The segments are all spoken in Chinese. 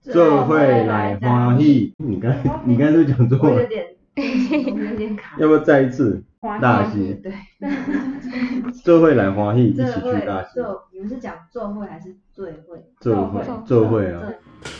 做伙来欢喜。你刚是不是讲错了？ 我有点卡。 要不要再一次？大溪。 对。 做伙来欢喜，一起去大溪。 你们是讲做会还是醉会？ 做会啊。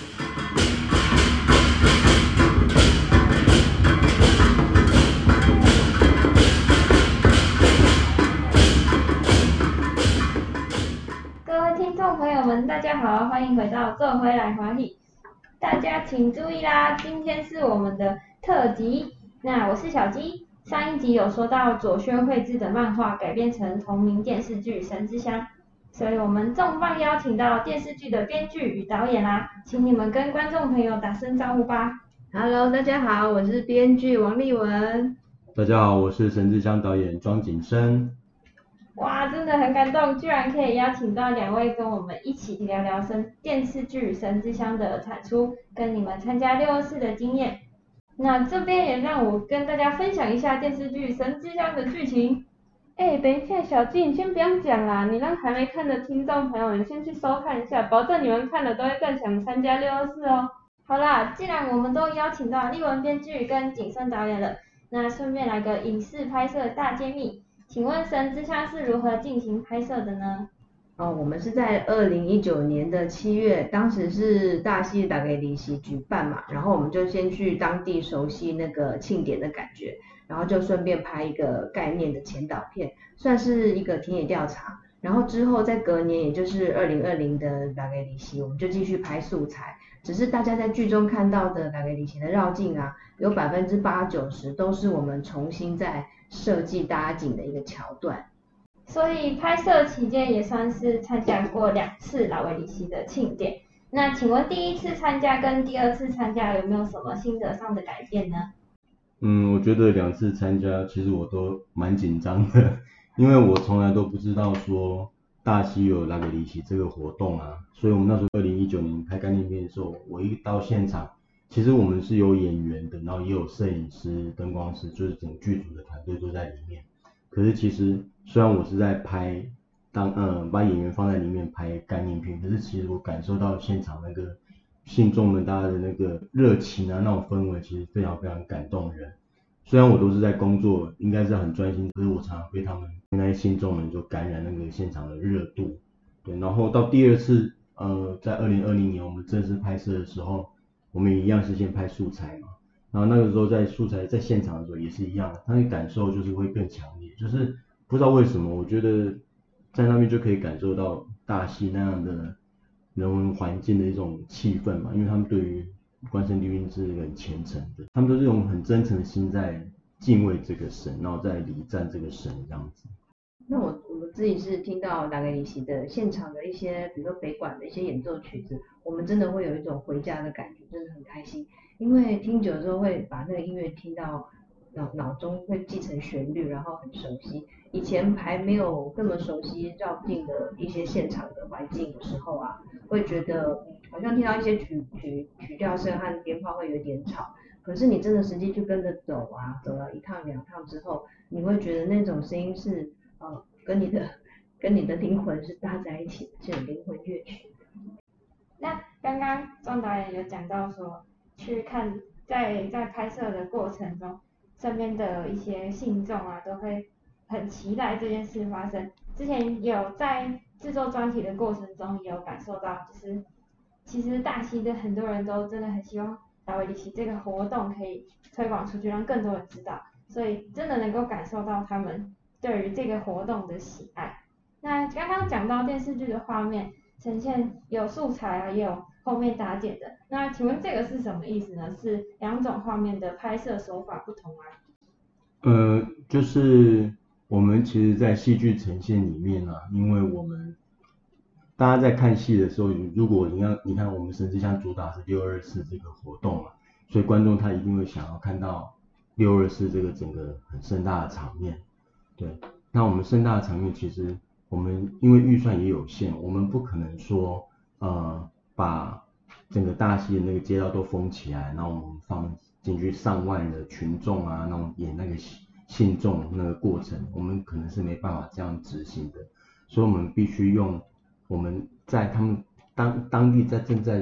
各位听众朋友们，大家好，欢迎回到做回来欢喜。大家请注意啦，今天是我们的特辑。那我是小鸡。上一集有说到左轩绘制的漫画改编成同名电视剧《神之乡》，所以我们重磅邀请到电视剧的编剧与导演啦，请你们跟观众朋友打声招呼吧。 Hello， 大家好，我是编剧王丽文。 大家好，我是神之乡导演庄景生。 哇，真的很感动，居然可以邀请到两位跟我们一起聊聊电视剧《神之乡》的产出，跟你们参加624的经验。那这边也让我跟大家分享一下电视剧《神之乡》的剧情。等一下，小鸡，你先不要讲啦，你让还没看的听众朋友们先去收看一下，保证你们看了都会更想参加624哦。好啦，既然我们都邀请到丽文编剧跟景生导演了，那顺便来个影视拍摄大揭秘。请问《神之乡》是如何进行拍摄的呢？ 我们是在2019年的7月，当时是大溪大家离席举办嘛，然后我们就先去当地熟悉那个庆典的感觉，然后就顺便拍一个概念的前导片，算是一个田野调查。然后之后在隔年，也就是2020的大家离席，我们就继续拍素材。只是大家在剧中看到的大家离席的绕境啊，有80%-90%都是我们重新在设计搭景的一个桥段。 所以拍摄期间也算是参加过2次拉维里西的庆典。那请问第一次参加跟第2次参加有没有什么心得上的改变呢？ 我觉得2次参加其实我都蛮紧张的，因为我从来都不知道说大溪有拉维里西这个活动啊，所以我们那时候2019年拍概念片的时候，我一到现场，其实我们是有演员的，然后也有摄影师、灯光师，就是整个剧组的团队都在里面。可是其实虽然我是在拍把演员放在里面拍概念片，可是其实我感受到现场那个信众们大家的那个热情啊，那种氛围其实非常非常感动人。虽然我都是在工作，应该是很专心，可是我常常被他们那些信众们就感染那个现场的热度。对，然后到第2次在2020年我们正式拍摄的时候，我们一样是先拍素材嘛。然后那个时候在素材在现场的时候也是一样，他的感受就是会更强烈，就是不知道为什么，我觉得在那边就可以感受到大溪那样的人文环境的一种气氛嘛，因为他们对于关圣帝君是很虔诚的，他们都是用很真诚的心在敬畏这个神，然后在礼赞这个神这样子。 那我自己是听到达格里奇的现场的一些，比如说北管的一些演奏曲子，我们真的会有一种回家的感觉，真的很开心。因为听久了之后会把那个音乐听到脑中会继承旋律，然后很熟悉。以前还没有这么熟悉绕境的一些现场的环境的时候啊，会觉得好像听到一些曲调声和鞭炮会有点吵。可是你真的实际去跟着走啊，走了1趟2趟之后，你会觉得那种声音是跟你的灵魂是搭在一起的，是有灵魂乐曲。 那刚刚庄导演有讲到说，去看在拍摄的过程中，身边的一些信众啊，都会很期待这件事发生。之前有在制作专题的过程中，也有感受到，就是其实大溪的很多人都真的很希望达维里奇这个活动可以推广出去，让更多人知道，所以真的能够感受到他们对于这个活动的喜爱。那刚刚讲到电视剧的画面呈现有素材啊，也有后面搭建的，那请问这个是什么意思呢？是2种画面的拍摄手法不同吗？ 就是我们其实在戏剧呈现里面啊，因为我们大家在看戏的时候，如果你看我们神之乡主打是624这个活动嘛，所以观众他一定会想要看到624这个整个很盛大的场面。对，那我们盛大的场面其实我们因为预算也有限，我们不可能说把整个大溪的那个街道都封起来，然后我们放进去上万的群众啊，那种演那个信众那个过程，我们可能是没办法这样执行的，所以我们必须用我们在他们当地正在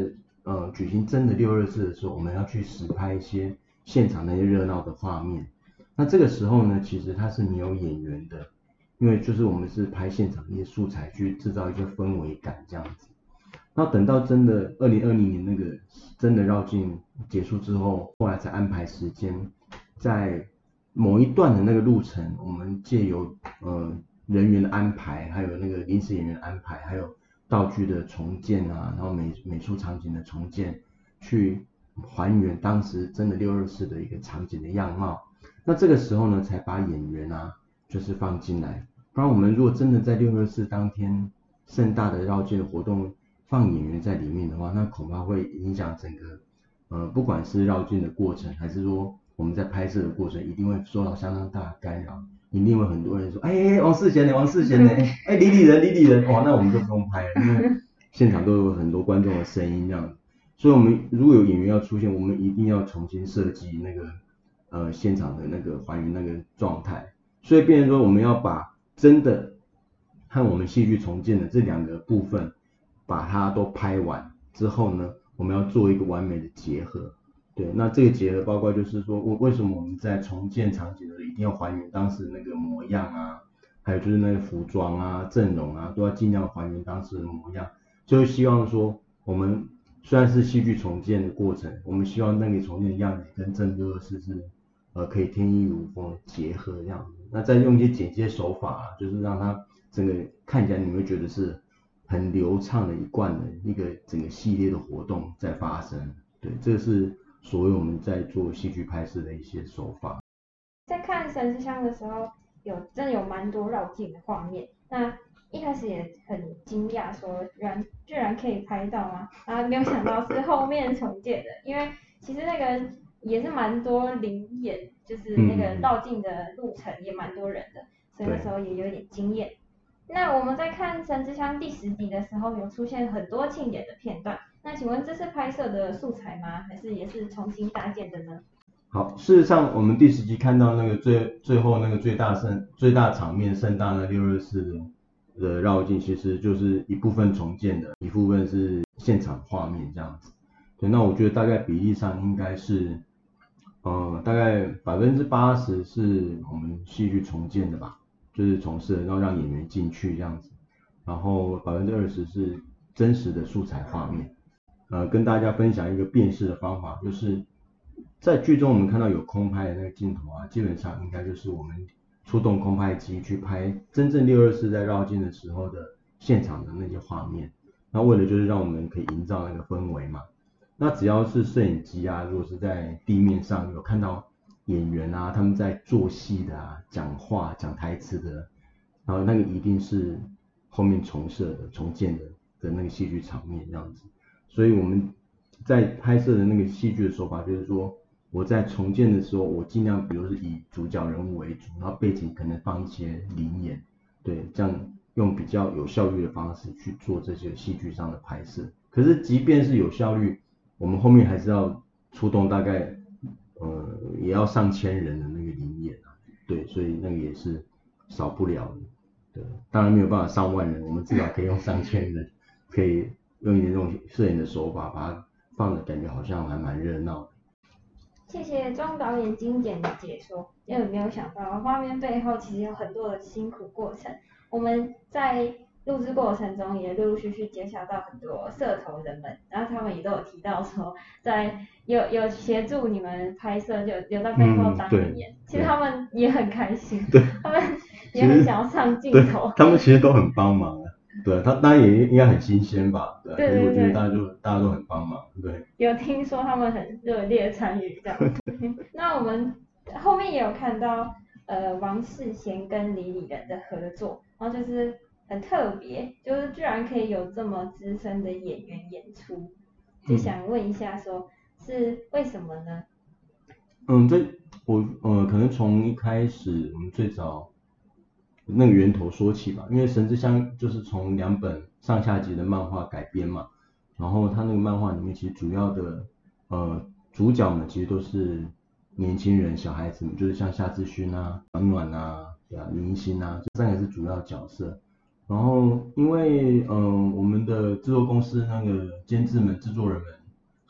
举行真的624的时候，我们要去实拍一些现场那些热闹的画面。那这个时候呢，其实它是没有演员的，因为就是我们是拍现场一些素材去制造一些氛围感这样子。那等到真的2020年那个真的绕境结束之后，后来才安排时间，在某一段的那个路程，我们借由人员的安排，还有那个临时演员的安排，还有道具的重建啊，然后美术场景的重建，去还原当时真的624的一个场景的样貌。那这个时候呢，才把演员啊就是放进来。不然我们如果真的在624当天盛大的绕境的活动放演员在里面的话，那恐怕会影响整个不管是绕境的过程，还是说我们在拍摄的过程，一定会受到相当大的干扰。一定会很多人说，王世贤呢，王世贤呢，李李仁，哇，那我们就不用拍了，因为现场都有很多观众的声音这样子。所以我们如果有演员要出现，我们一定要重新设计那个现场的那个还原那个状态。所以变成说我们要把真的和我们戏剧重建的这两个部分，把它都拍完之后呢，我们要做一个完美的结合。对，那这个结合包括就是说，为什么我们在重建场景的时候一定要还原当时那个模样啊，还有就是那个服装啊、阵容啊，都要尽量还原当时的模样。就是希望说，我们虽然是戏剧重建的过程，我们希望那个重建的样子跟真624是可以天衣无缝的结合这样子。那再用一些剪接手法啊，就是让它整个看起来你会觉得是很流畅的一贯的一个整个系列的活动在发生。对，这个是所谓我们在做戏剧拍摄的一些手法。 在看神之乡的时候，真的有蛮多绕境的画面。那一开始也很惊讶，说居然可以拍到吗？然后没有想到是后面重建的，因为其实那个也是蛮多灵演，就是那个绕境的路程也蛮多人的，所以那时候也有点惊艳。那我们在看《神之乡》第10集的时候，有出现很多庆典的片段。那请问这是拍摄的素材吗？还是也是重新搭建的呢？ 好，事实上我们第10集看到那个最后那个最大场面盛大的624的绕境，其实就是一部分重建的，一部分是现场画面这样子。对，那我觉得大概比例上应该是大概80%是我们戏剧重建的吧，就是重设，然后让演员进去这样子，然后20%是真实的素材画面。跟大家分享一个辨识的方法，就是在剧中我们看到有空拍的那个镜头啊，基本上应该就是我们出动空拍机去拍真正624在绕境的时候的现场的那些画面。那为了就是让我们可以营造那个氛围嘛。那只要是摄影机啊，如果是在地面上有看到演员啊，他们在做戏的啊、讲话、讲台词的，然后那个一定是后面重设的、重建的那个戏剧场面这样子。所以我们在拍摄的那个戏剧的手法就是说，我在重建的时候，我尽量比如是以主角人物为主，然后背景可能放一些灵演，对，这样用比较有效率的方式去做这些戏剧上的拍摄。可是即便是有效率，我们后面还是要出动大概也要上千人的那个灵演啊，对，所以那个也是少不了的。对，当然没有办法上万人，我们至少可以用上千人，可以用一点这种摄影的手法把它放的感觉好像还蛮热闹的。 谢谢庄导演精简的解说，因为没有想到画面背后其实有很多的辛苦过程。我们在录制过程中也陆陆续续接洽到很多社头人们，然后他们也都有提到说，有协助你们拍摄，就留在背后当演员，其实他们也很开心，他们也很想要上镜头， 他们其实都很帮忙的。对，他当然也应该很新鲜吧，对， 对， 所以我觉得大家都很帮忙，对。 有听说他们很热烈参与这样子。那我们后面也有看到王世贤跟李李仁的合作，然后就是很特别，就是居然可以有这么资深的演员演出，就想问一下说是为什么呢？ 可能从一开始我们最早那个源头说起吧，因为神之乡就是从2本上下集的漫画改编嘛，然后他那个漫画里面其实主要的主角们其实都是年轻人、小孩子们，就是像夏志勋啊、暖暖啊、对啊、林一星啊，这3个是主要角色。然后因为我们的制作公司那个监制们、制作人们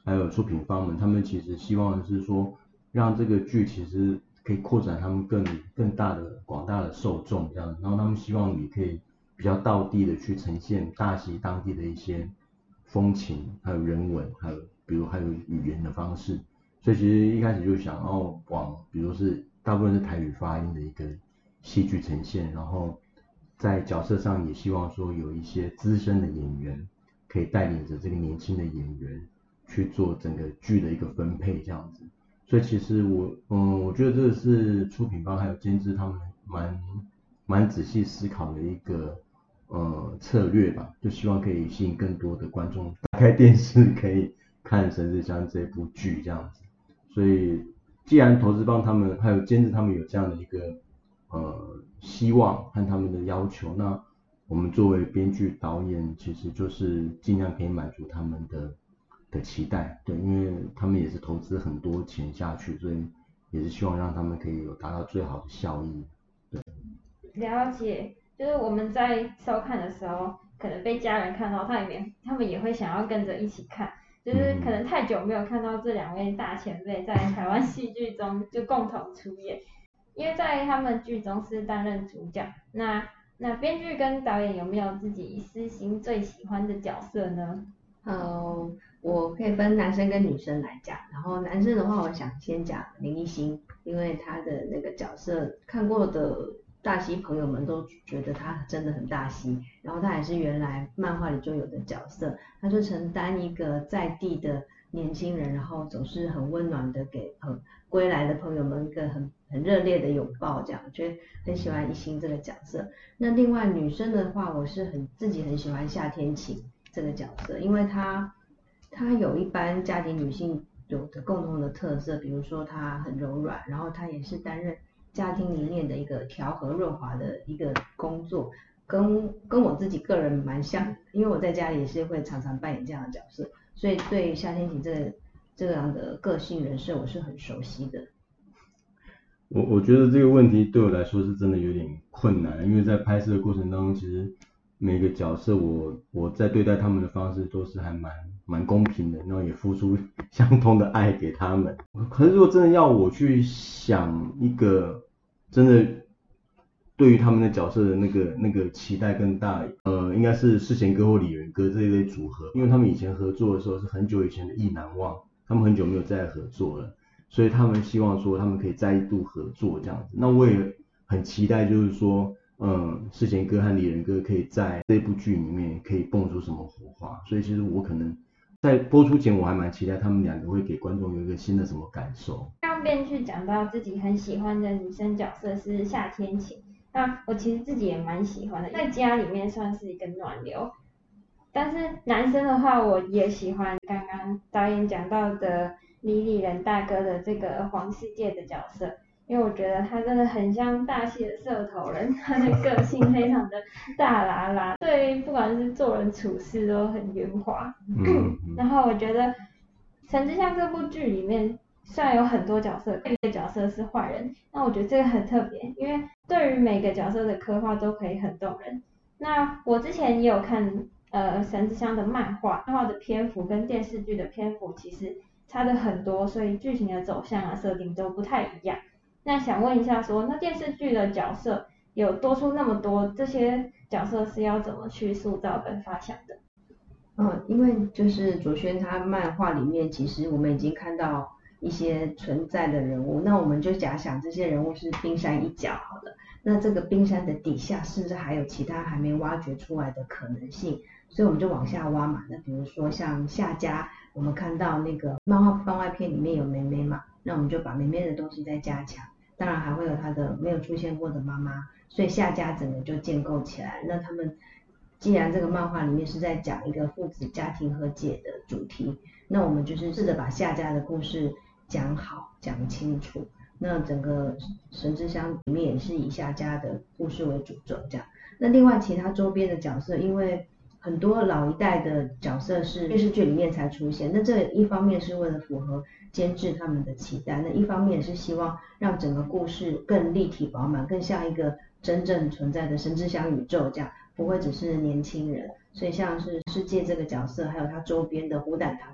还有出品方们，他们其实希望的是说，让这个剧其实可以扩展他们更大的广大的受众这样，然后他们希望你可以比较道地的去呈现大溪当地的一些风情，还有人文，还有语言的方式，所以其实一开始就想要往，比如是大部分是台语发音的一个戏剧呈现，然后在角色上也希望说有一些资深的演员可以带领着这个年轻的演员去做整个剧的一个分配这样子。所以其实我觉得这是出品方还有监制他们蛮仔细思考的一个策略吧，就希望可以吸引更多的观众打开电视可以看《神之乡》这部剧这样子。所以既然投资方他们还有监制他们有这样的一个希望和他们的要求，那我们作为编剧导演其实就是尽量可以满足他们的期待，对，因为他们也是投资很多钱下去，所以也是希望让他们可以有达到最好的效益。对， 了解，就是我们在收看的时候，可能被家人看到，他们也会想要跟着一起看，就是可能太久没有看到这两位大前辈在台湾戏剧中就共同出演，因为在他们剧中是担任主角。那编剧跟导演有没有自己私心最喜欢的角色呢？ 我可以分男生跟女生来讲，然后男生的话，我想先讲林一星，因为他的那个角色看过的大溪朋友们都觉得他真的很大溪，然后他也是原来漫画里就有的角色，他就承担一个在地的年轻人，然后总是很温暖的给归来的朋友们一个很热烈的拥抱，这样我觉得很喜欢一星这个角色。那另外女生的话，我是自己很喜欢夏天晴这个角色，因为她有一般家庭女性有的共同的特色，比如说她很柔软，然后她也是担任家庭里面的一个调和润滑的一个工作，跟我自己个人蛮像，因为我在家里也是会常常扮演这样的角色，所以对夏天晴这样的个性人设我是很熟悉的。 我觉得这个问题对我来说是真的有点困难，因为在拍摄的过程当中，其实每个角色我在对待他们的方式都是还蛮公平的，然后也付出相同的爱给他们。可是如果真的要我去想一个真的对于他们的角色的那个期待更大，应该是世贤哥或李元哥这一类组合，因为他们以前合作的时候是很久以前的意难忘，他们很久没有再合作了。所以他们希望说他们可以再度合作这样子，那我也很期待，就是说，世贤哥和李仁哥可以在这部剧里面可以蹦出什么火花。所以其实我可能在播出前，我还蛮期待他们两个会给观众有一个新的什么感受。 刚编剧讲到自己很喜欢的女生角色是夏天晴，那我其实自己也蛮喜欢的，在家里面算是一个暖流。但是男生的话，我也喜欢刚刚导演讲到的李仁大哥的这个黄世界的角色，因为我觉得他真的很像大戏的社头人，他的个性非常的大喇喇，对，不管是做人处事都很圆滑。然后我觉得《神之乡》这部剧里面虽然有很多角色，每个角色是坏人，那我觉得这个很特别，因为对于每个角色的刻画都可以很动人。那我之前也有看神之乡的漫画的篇幅跟电视剧的篇幅其实差的很多，所以剧情的走向啊设定都不太一样。那想问一下说，那电视剧的角色有多出那么多，这些角色是要怎么去塑造跟发想的？ 因为就是卓轩他漫画里面，其实我们已经看到一些存在的人物，那我们就假想这些人物是冰山一角好了。那这个冰山的底下是不是还有其他还没挖掘出来的可能性？所以我们就往下挖嘛。那比如说像夏家，我们看到那个漫画番外篇里面有妹妹嘛，那我们就把妹妹的东西再加强。当然还会有她的没有出现过的妈妈，所以夏家整个就建构起来。那他们既然这个漫画里面是在讲一个父子家庭和解的主题，那我们就是试着把夏家的故事讲好讲清楚。那整个神之乡里面也是以夏家的故事为主轴这样。那另外其他周边的角色，因为很多老一代的角色是电视剧里面才出现，那这一方面是为了符合监制他们的期待，那一方面也是希望让整个故事更立体饱满，更像一个真正存在的神之乡宇宙这样，不会只是年轻人。所以像是世界这个角色，还有他周边的虎胆堂的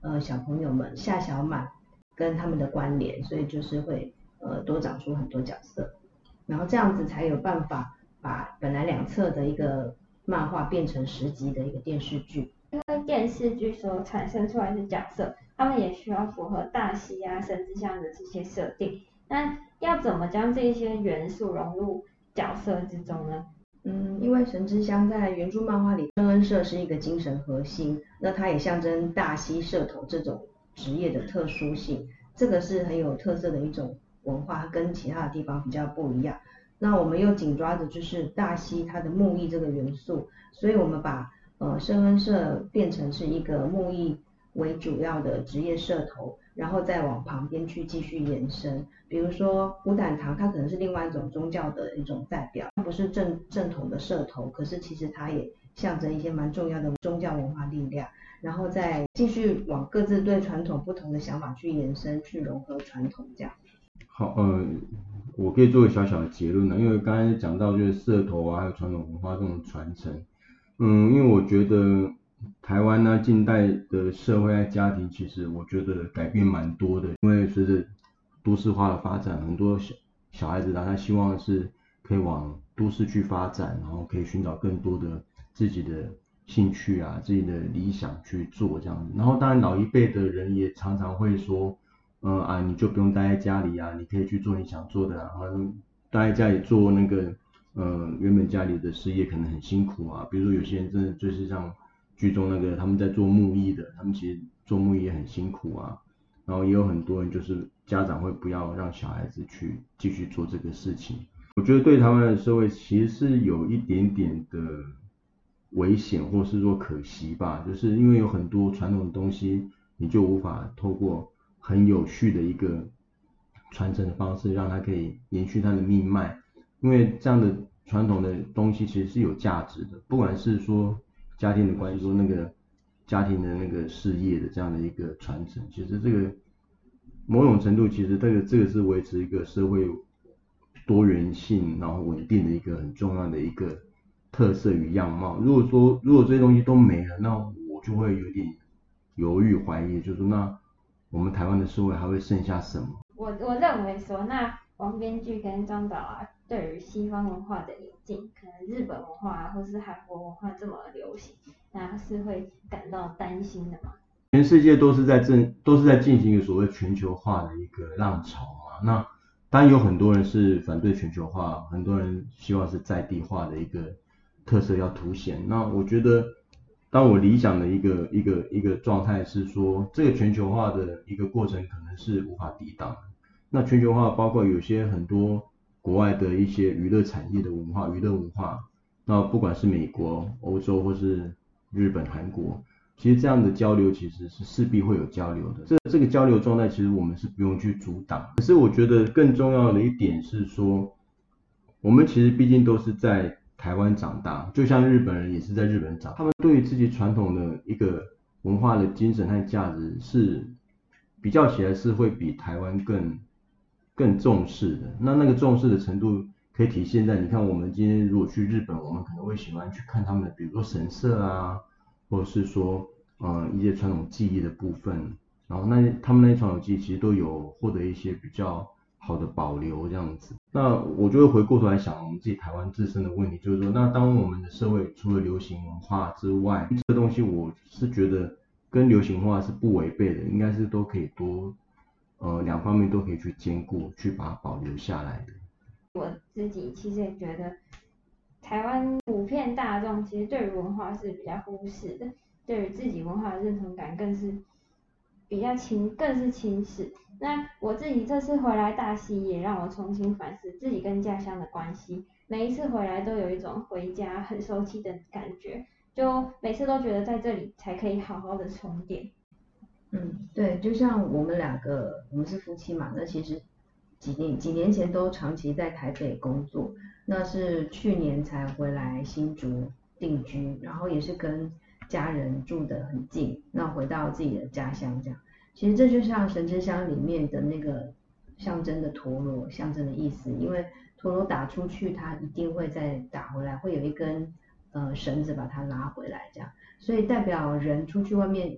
小朋友们夏小满跟他们的关联，所以就是会多长出很多角色，然后这样子才有办法把本来2册的一个漫画变成10集的一个电视剧。 因为电视剧所产生出来的角色，他们也需要符合大溪啊、神之乡的这些设定。那要怎么将这些元素融入角色之中呢？ 因为神之乡在原著漫画里，圣恩社是一个精神核心，那它也象征大溪社头这种职业的特殊性，这个是很有特色的一种文化，跟其他的地方比较不一样。那我们又紧抓着就是大溪它的木艺这个元素，所以我们把圣恩社变成是一个木艺为主要的职业社头，然后再往旁边去继续延伸，比如说古胆堂，它可能是另外一种宗教的一种代表，不是正统的社头，可是其实它也象征一些蛮重要的宗教文化力量，然后再继续往各自对传统不同的想法去延伸，去融合传统这样。 好，我可以做个小小的结论，因为刚才讲到就是社头啊，还有传统文化这种传承，因为我觉得台湾呢近代的社会和家庭，其实我觉得改变蛮多的，因为随着都市化的发展，很多小孩子他希望是可以往都市去发展，然后可以寻找更多的自己的兴趣啊、自己的理想去做这样子。然后当然老一辈的人也常常会说，你就不用待在家里啊，你可以去做你想做的啊，然后待在家里做那个原本家里的事业可能很辛苦啊，比如说有些人真的就是像剧中那个他们在做木艺的，他们其实做木艺也很辛苦啊，然后也有很多人就是家长会不要让小孩子去继续做这个事情。我觉得对台湾的社会其实是有一点点的危险，或是说可惜吧，就是因为有很多传统的东西，你就无法透过很有序的一个传承的方式，让它可以延续它的命脉。因为这样的传统的东西其实是有价值的，不管是说家庭的关系，说那个家庭的那个事业的这样的一个传承，其实这个某种程度，其实这个是维持一个社会多元性，然后稳定的一个很重要的一个特色与样貌。如果这些东西都没了，那我就会有点犹豫怀疑，就是说那我们台湾的社会还会剩下什么？ 我认为说，那王编剧跟张导啊，对于西方文化的引进，可能日本文化啊，或是韩国文化这么流行，那是会感到担心的嘛？ 全世界都是在进行一个所谓全球化的一个浪潮嘛。那当然有很多人是反对全球化，很多人希望是在地化的一个特色要凸显。那我觉得，当我理想的一个状态是说，这个全球化的一个过程可能是无法抵挡的。那全球化包括有些很多国外的一些娱乐产业的文化、娱乐文化，那不管是美国、欧洲或是日本、韩国。其实这样的交流其实是势必会有交流的，这个交流状态其实我们是不用去阻挡。可是我觉得更重要的一点是说，我们其实毕竟都是在台湾长大，就像日本人也是在日本长大，他们对于自己传统的一个文化的精神和价值是比较起来是会比台湾更重视的。那个重视的程度可以体现在，你看我们今天如果去日本，我们可能会喜欢去看他们的，比如说神社啊。或者是说，一些传统技艺的部分，然后他们那些传统技艺其实都有获得一些比较好的保留这样子。那我就会回过头来想我们自己台湾自身的问题，就是说，那当我们的社会除了流行文化之外，这个东西我是觉得跟流行文化是不违背的，应该是都可以两方面都可以去兼顾，去把它保留下来的。 我自己其实也觉得，台湾普遍大众其实对于文化是比较忽视的，对于自己文化的认同感更是轻视。那我自己这次回来大溪，也让我重新反思自己跟家乡的关系。每一次回来都有一种回家很熟悉的感觉，就每次都觉得在这里才可以好好的充电。 对，就像我们2个，我们是夫妻嘛，那其实几年前都长期在台北工作，那是去年才回来新竹定居，然后也是跟家人住得很近，那回到自己的家乡这样。其实这就像神之乡里面的那个象征的陀螺，象征的意思，因为陀螺打出去，它一定会再打回来，会有一根绳子把它拉回来这样，所以代表人出去外面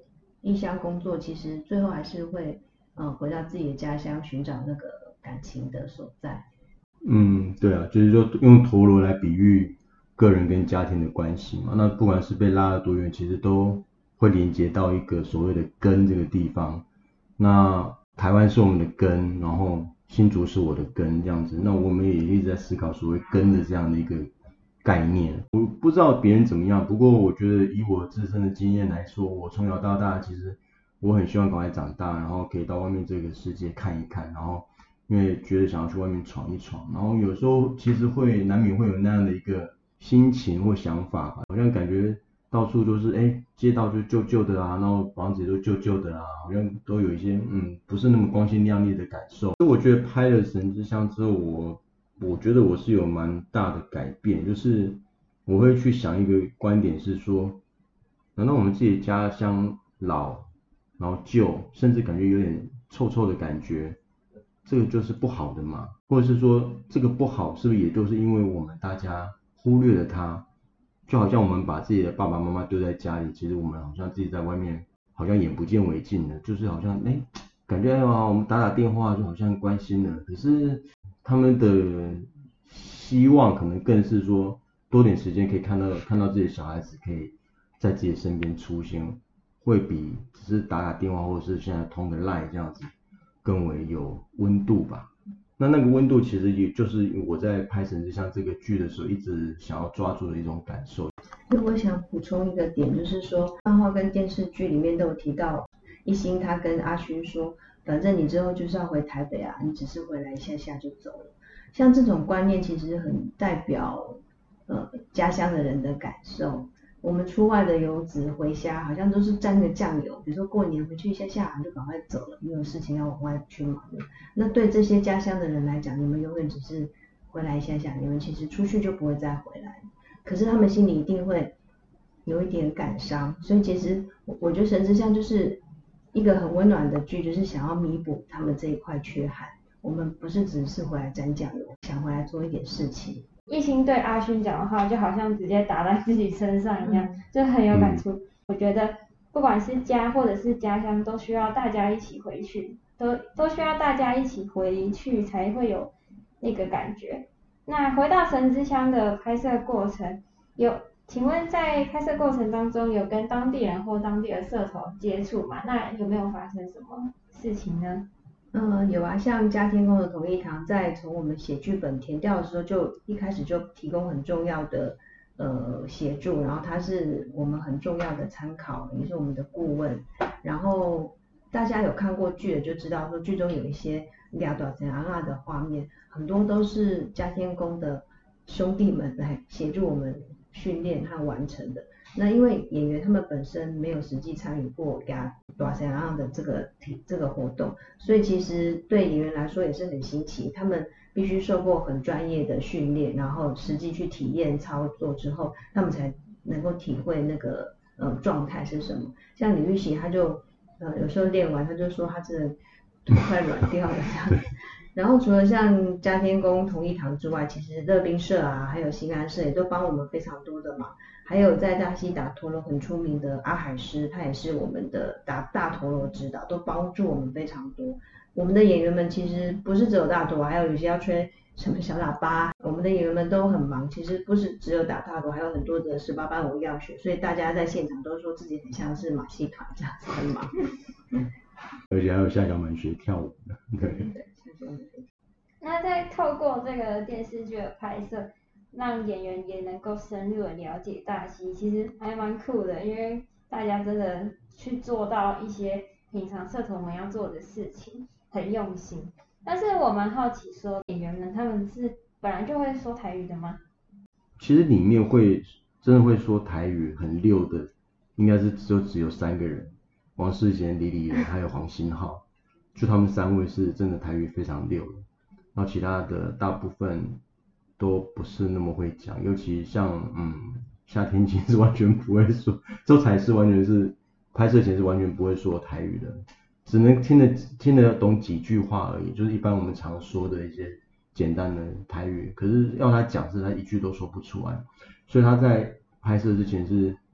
异乡工作，其实最后还是会回到自己的家乡，寻找那个感情的所在。 对啊，就是说用陀螺来比喻个人跟家庭的关系嘛。那不管是被拉得多远，其实都会连接到一个所谓的根这个地方。那台湾是我们的根，然后新竹是我的根这样子。那我们也一直在思考所谓根的这样的一个概念。我不知道别人怎么样，不过我觉得以我自身的经验来说，我从小到大其实我很希望赶快长大，然后可以到外面这个世界看一看，然后因为觉得想要去外面闯一闯，然后有时候其实会难免会有那样的一个心情或想法吧，好像感觉到处都是街道就旧旧的啊，然后房子也都旧旧的啊，好像都有一些不是那么光鲜亮丽的感受。所以我觉得拍了神之乡之后，我觉得我是有蛮大的改变，就是我会去想一个观点是说，难道我们自己的家乡老，然后旧，甚至感觉有点臭臭的感觉，这个就是不好的嘛？或者是说这个不好，是不是也就是因为我们大家忽略了它？就好像我们把自己的爸爸妈妈丢在家里，其实我们好像自己在外面好像眼不见为净了，就是好像感觉我们打打电话就好像关心了，可是他们的希望可能更是说多点时间可以看到自己的小孩子可以在自己的身边出现，会比只是打打电话或者是现在通个 LINE 这样子更为有温度吧。那个温度其实也就是我在拍《神之乡》这个剧的时候一直想要抓住的一种感受。 因为我想补充一个点，就是说漫画跟电视剧里面都有提到，一心他跟阿勋说，反正你之后就是要回台北啊，你只是回来一下下就走了。像这种观念其实很代表家乡的人的感受。我们出外的游子回家好像都是沾着酱油，比如说过年回去一下下就赶快走了，没有事情要往外去忙了。那对这些家乡的人来讲，你们永远只是回来一下下，你们其实出去就不会再回来。可是他们心里一定会有一点感伤，所以其实我觉得《神之乡》就是一个很温暖的剧，就是想要弥补他们这一块缺憾。我们不是只是回来沾酱油，想回来做一点事情。 一心对阿勋讲的话，就好像直接打在自己身上一样，就很有感触。我觉得不管是家或者是家乡，都需要大家一起回去，都需要大家一起回去才会有那个感觉。那回到《神之乡》的拍摄过程，请问在拍摄过程当中有跟当地人或当地的社头接触吗？那有没有发生什么事情呢？ 有啊，像嘉天宫的同一堂，在从我们写剧本填调的时候，就一开始就提供很重要的协助，然后他是我们很重要的参考，也是我们的顾问。然后大家有看过剧的就知道，说剧中有一些俩短怎样的画面，很多都是嘉天宫的兄弟们来协助我们训练和完成的。那因为演员他们本身没有实际参与过亚大神样的这个活动，所以其实对演员来说也是很新奇，他们必须受过很专业的训练，然后实际去体验操作之后，他们才能够体会那个状态是什么。像李玉玺他就有时候练完他就说他真的腿快软掉了这样。然后除了像嘉天宫同一堂之外，其实乐宾社啊，还有新安社也都帮我们非常多的忙。还有在大溪打陀螺很出名的阿海师，他也是我们的大陀螺指导，都帮助我们非常多。我们的演员们其实不是只有大陀螺，还有些要吹什么小喇叭，我们的演员们都很忙，其实不是只有打大陀，还有很多的18般武艺要学，所以大家在现场都说自己很像是马戏团这样子很忙。 而且还有下脚门学跳舞的，对。 那在透过这个电视剧的拍摄，让演员也能够深入的了解大溪，其实还蛮酷的，因为大家真的去做到一些平常社头们要做的事情，很用心。但是我蛮好奇说，演员们他们是本来就会说台语的吗？ 其实里面真的会说台语很溜的，应该是只有3个人，王世贤、李李仁还有黄星浩，就他们3位是真的台语非常溜的，然后其他的大部分都不是那么会讲，尤其像夏天晴是完全不会说，周采是完全是拍摄前是完全不会说台语的，只能听得懂几句话而已，就是一般我们常说的一些简单的台语，可是要他讲是他一句都说不出来，所以他在拍摄之前是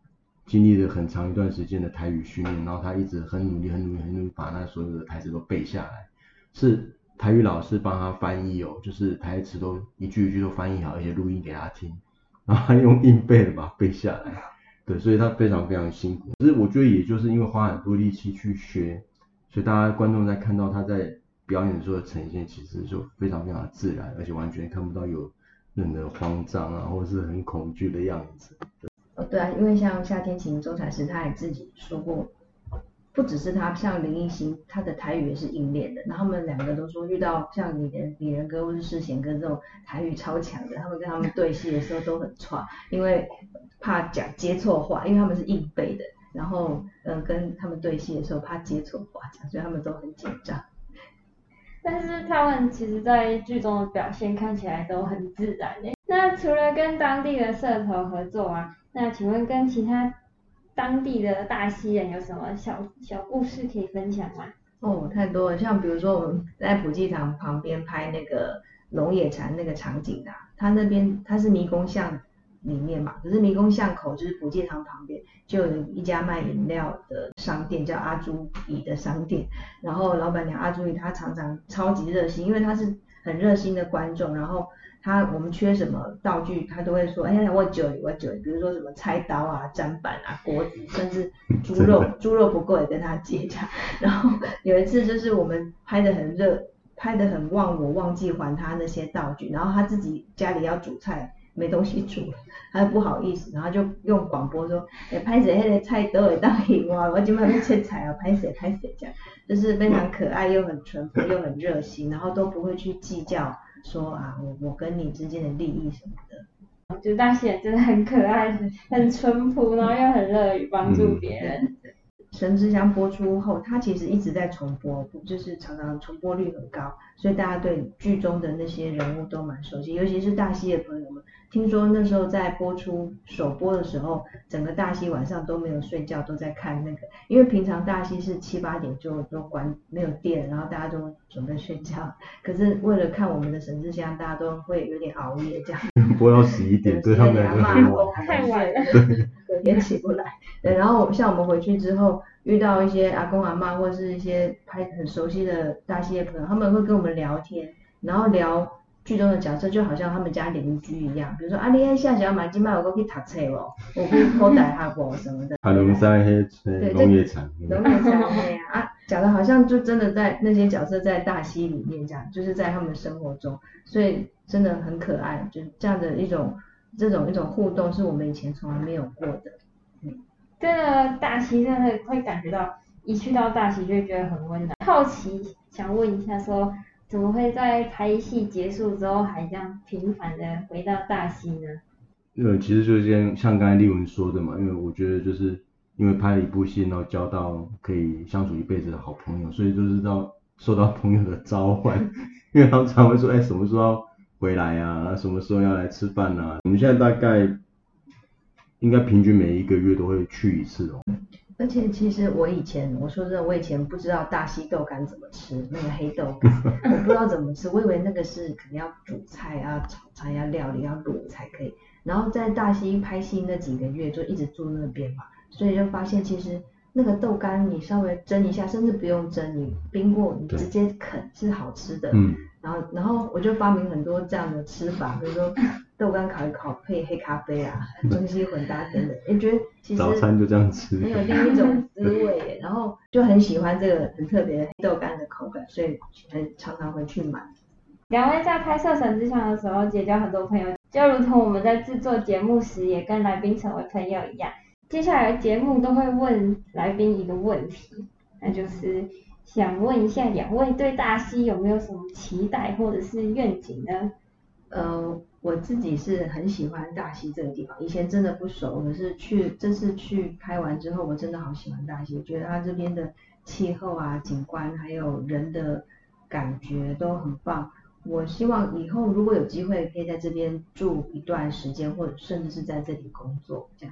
经历了很长一段时间的台语训练，然后他一直很努力把那所有的台词都背下来，是台语老师帮他翻译哦，就是台词都一句一句都翻译好，而且录音给他听，然后他用硬背的把它背下来，对，所以他非常非常辛苦。可是我觉得也就是因为花很多力气去学，所以大家观众在看到他在表演的时候的呈现，其实就非常非常的自然，而且完全看不到有任何慌张啊，或者是很恐惧的样子。 对啊，因为像夏天晴周采诗他也自己说过，不只是他，像林奕欣，他的台语也是硬练的。然后他们两个都说，遇到像李仁哥或是世贤哥这种台语超强的，他们跟他们对戏的时候都很差，因为怕接错话，因为他们是硬背的。然后跟他们对戏的时候怕接错话讲，所以他们都很紧张。 但是他们其实在剧中的表现看起来都很自然耶。那除了跟当地的社头合作啊，那请问跟其他当地的大溪人有什么小故事可以分享吗？ 哦，太多了，像比如说我们在普济堂旁边拍那个龙野禅那个场景啊，它那边它是迷宫巷里面嘛，可是迷宫巷口就是普济堂旁边就有一家卖饮料的商店，叫阿朱姨的商店，然后老板娘阿朱姨她常常超级热心，因为她是很热心的观众，然后我们缺什么道具，他都会说，哎，我酒里，比如说什么菜刀啊、砧板啊、锅子，甚至猪肉不够也跟他借这样。然后有一次就是我们拍得很热，拍得很旺，我忘记还他那些道具，然后他自己家里要煮菜，没东西煮了，他就不好意思，然后就用广播说，拍谁那个菜刀会当赢我，我今晚要切菜啊，拍谁这样，就是非常可爱又很淳朴又很热心，然后都不会去计较。说啊，我跟你之间的利益什么的， 我觉得大溪人真的很可爱，很淳朴，然后又很乐于帮助别人。 神之乡播出后，它其实一直在重播，就是常常重播率很高，所以大家对剧中的那些人物都蛮熟悉，尤其是大溪的朋友们。听说那时候在播出首播的时候，整个大溪晚上都没有睡觉，都在看那个，因为平常大溪是7、8点就都关没有电，然后大家都准备睡觉，可是为了看我们的神之乡，大家都会有点熬夜这样。 播到11点，对他们来说很晚， 太晚了， 隔天起不来。对，然后像我们回去之后，遇到一些阿公阿嬷或是一些很熟悉的大溪的朋友，他们会跟我们聊天，然后聊剧中的角色，就好像他们家邻居一样。比如说啊，你喺下小买今麦有过去读册哦，我去考大学哦什么的。 还龙山黑农业产， 农业产对啊，讲的好像就真的在那些角色在大溪里面这样，就是在他们的生活中，所以真的很可爱，就是这样的一种互动，是我们以前从来没有过的。 真的大溪真的会感觉到，一去到大溪就会觉得很温暖。好奇想问一下说，怎么会在拍戏结束之后还这样频繁的回到大溪呢？ 其实就是像刚才丽文说的嘛，因为我觉得就是因为拍了一部戏，然后交到可以相处一辈子的好朋友，所以就是受到朋友的召唤，因为他们常会说，什么时候要回来啊，什么时候要来吃饭啊。我们现在大概应该平均每1个月都会去一次哦。 而且其实我以前不知道大溪豆干怎么吃，那个黑豆干我不知道怎么吃，我以为那个是可能要煮菜啊、炒菜啊、料理要卤才可以。然后在大溪拍戏那几个月就一直住那边嘛，所以就发现其实那个豆干你稍微蒸一下，甚至不用蒸，你冰过你直接啃是好吃的。然后我就发明很多这样的吃法，比如说豆干烤一烤配黑咖啡啊，中西混搭等等，你觉得其实早餐就这样吃， 很有另一种滋味耶。然后就很喜欢这个很特别的黑豆干的口感，所以常常回去买。 两位在拍摄神之乡的时候结交很多朋友，就如同我们在制作节目时也跟来宾成为朋友一样。接下来节目都会问来宾一个问题，那就是想问一下两位对大溪有没有什么期待或者是愿景呢？ 我自己是很喜欢大溪这个地方，以前真的不熟，可是这次去拍完之后，我真的好喜欢大溪，觉得它这边的气候啊、景观还有人的感觉都很棒。我希望以后如果有机会可以在这边住一段时间，或者甚至是在这里工作这样。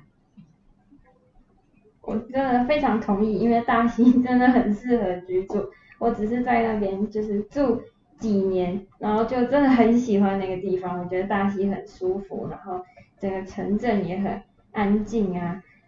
我真的非常同意，因为大溪真的很适合居住。我只是在那边就是住几年，然后就真的很喜欢那个地方。我觉得大溪很舒服，然后整个城镇也很安静啊。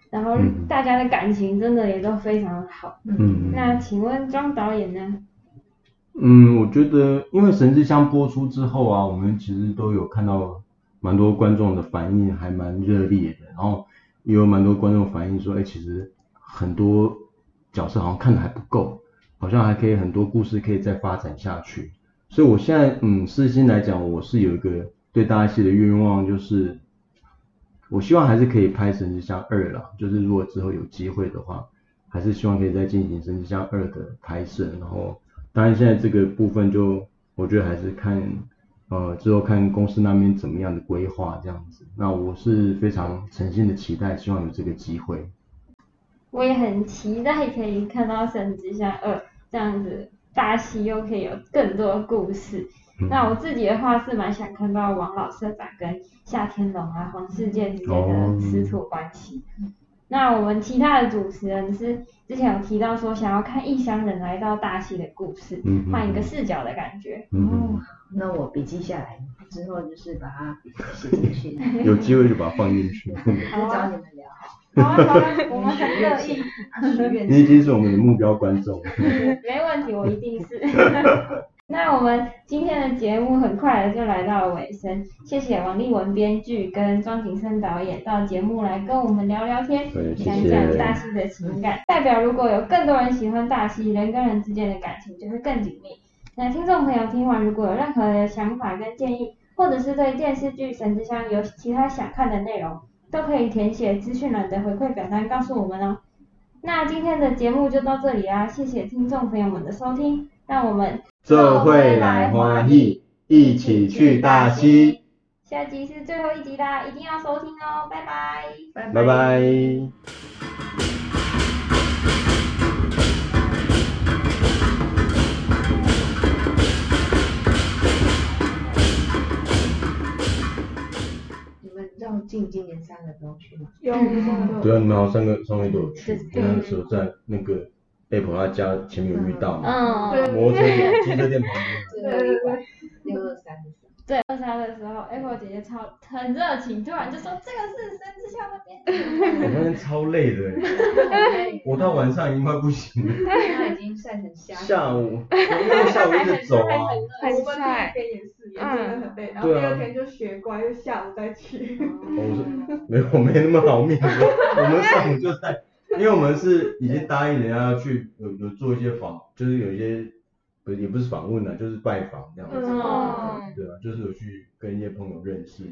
然后大家的感情真的也都非常的好。那请问庄导演呢？ 我觉得因为神之乡播出之后啊，我们其实都有看到蛮多观众的反应还蛮热烈的，然后也有蛮多观众反映说，其实很多角色好像看得还不够，好像还可以很多故事可以再发展下去。所以我现在私心来讲，我是有一个对大戏的愿望，就是我希望还是可以拍神之乡2啦，就是如果之后有机会的话，还是希望可以再进行神之乡2的拍摄，然后当然现在这个部分就我觉得还是看之后看公司那边怎么样的规划这样子。那我是非常诚心的期待，希望有这个机会。 我也很期待可以看到神之乡2这样子，大戏又可以有更多故事。那我自己的话是蛮想看到王老社长跟夏天龙啊、黄世界之间的师徒关系。那我们其他的主持人是之前有提到说想要看异乡人来到大溪的故事，换一个视角的感觉。 那我笔记下来，之后就是把它写进去。 有机会就把它放进去。 就找你们聊。 好啊，我们很乐意。 你已经是我们的目标观众。 没问题，我一定是。那我们今天的节目很快的就来到了尾声，谢谢王立文编剧跟庄景生导演到节目来跟我们聊聊天，讲讲大溪的情感。代表如果有更多人喜欢大溪，人跟人之间的感情就会更紧密。那听众朋友听完如果有任何的想法跟建议，或者是对电视剧《神之乡》有其他想看的内容，都可以填写资讯栏的回馈表单告诉我们哦。那今天的节目就到这里啦，谢谢听众朋友们的收听，让我们做伙来欢喜，一起去大溪。 下集是最后一集啦，一定要收听哦，拜拜。 拜拜。 绕境今年3个都去吗？ 有。 对啊，你们好像3个都有去。那个时候在那个 Apple 他家前面有遇到嘛，摩托车店、机车店旁边。 对，623的时候。 对，23的时候 ，Apple 姐姐很热情，突然就说这个是神之乡那边。 我那天超累的，我到晚上已经快不行了。 他已经晒成虾。 下午，因为下午一直走啊。 很晒。第一天也是，也真的很累，然后第2天就学乖，就下午再去。 我没那么好命，我们上午就在，因为我们是已经答应人家要去有做一些就是有一些也不是访问啊，就是拜访这样子。对啊，就是有去跟一些朋友认识。